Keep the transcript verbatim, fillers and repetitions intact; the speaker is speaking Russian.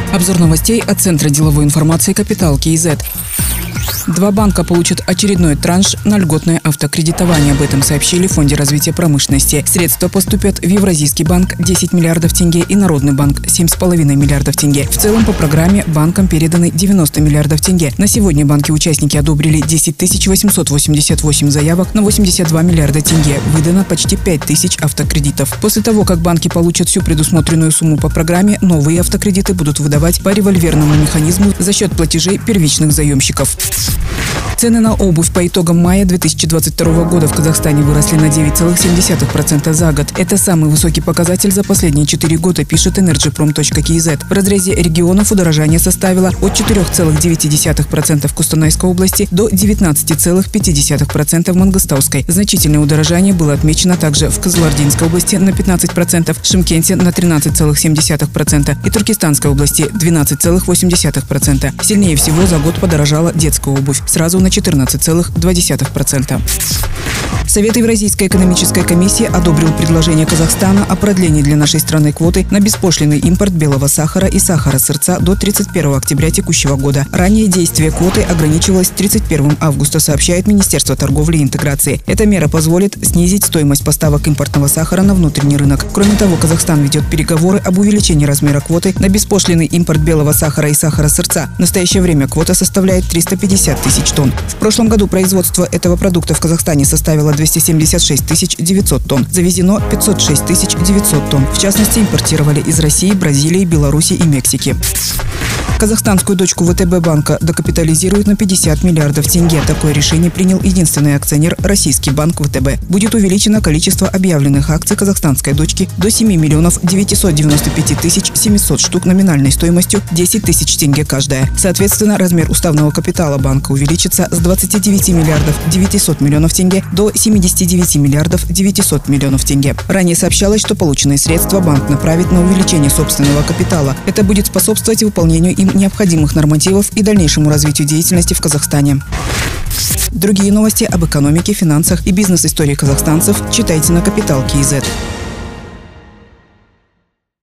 Обзор новостей от Центра деловой информации «Капитал КИЗ». Два банка получат очередной транш на льготное автокредитование. Об этом сообщили в Фонде развития промышленности. Средства поступят в Евразийский банк – десять миллиардов тенге и Народный банк – семь с половиной миллиардов тенге. В целом по программе банкам переданы девяносто миллиардов тенге. На сегодня банки-участники одобрили десять тысяч восемьсот восемьдесят восемь заявок на восемьдесят два миллиарда тенге. Выдано почти пять тысяч автокредитов. После того, как банки получат всю предусмотренную сумму по программе, новые автокредиты будут выдавать по револьверному механизму за счет платежей первичных заемщиков. Цены на обувь по итогам мая две тысячи двадцать второго года в Казахстане выросли на девять целых семь десятых процента за год. Это самый высокий показатель за последние четыре года, пишет энерджипром точка кз. В разрезе регионов удорожание составило от четырёх целых девяти десятых процента в Кустанайской области до девятнадцати целых пяти десятых процента в Мангыстауской. Значительное удорожание было отмечено также в Кызылординской области на пятнадцать процентов, Шымкенте на тринадцать целых семь десятых процента и Туркестанской области двенадцать целых восемь десятых процента. Сильнее всего за год подорожала детская обувь, сразу на четырнадцать целых два десятых процента. Совет Евразийской экономической комиссии одобрил предложение Казахстана о продлении для нашей страны квоты на беспошлинный импорт белого сахара и сахара-сырца до тридцать первого октября текущего года. Ранее действие квоты ограничивалось тридцать первого августа, сообщает Министерство торговли и интеграции. Эта мера позволит снизить стоимость поставок импортного сахара на внутренний рынок. Кроме того, Казахстан ведет переговоры об увеличении размера квоты на беспошлинный импорт белого сахара и сахара-сырца. В настоящее время квота составляет триста пятьдесят тысяч тонн. В прошлом году производство этого продукта в Казахстане составило двести семьдесят шесть тысяч девятьсот тонн. Завезено пятьсот шесть тысяч девятьсот тонн. В частности, импортировали из России, Бразилии, Беларуси и Мексики. Казахстанскую дочку ВТБ банка докапитализируют на пятьдесят миллиардов тенге. Такое решение принял единственный акционер – российский банк ВТБ. Будет увеличено количество объявленных акций казахстанской дочки до семи миллионов девятисот девяноста пяти тысяч семисот штук номинальной стоимостью десять тысяч тенге каждая. Соответственно, размер уставного капитала банка увеличится с двадцати девяти миллиардов девятисот миллионов тенге до семидесяти девяти миллиардов девятисот миллионов тенге. Ранее сообщалось, что полученные средства банк направит на увеличение собственного капитала. Это будет способствовать выполнению им необходимых нормативов и дальнейшему развитию деятельности в Казахстане. Другие новости об экономике, финансах и бизнес-истории казахстанцев читайте на Капитал КИЗ.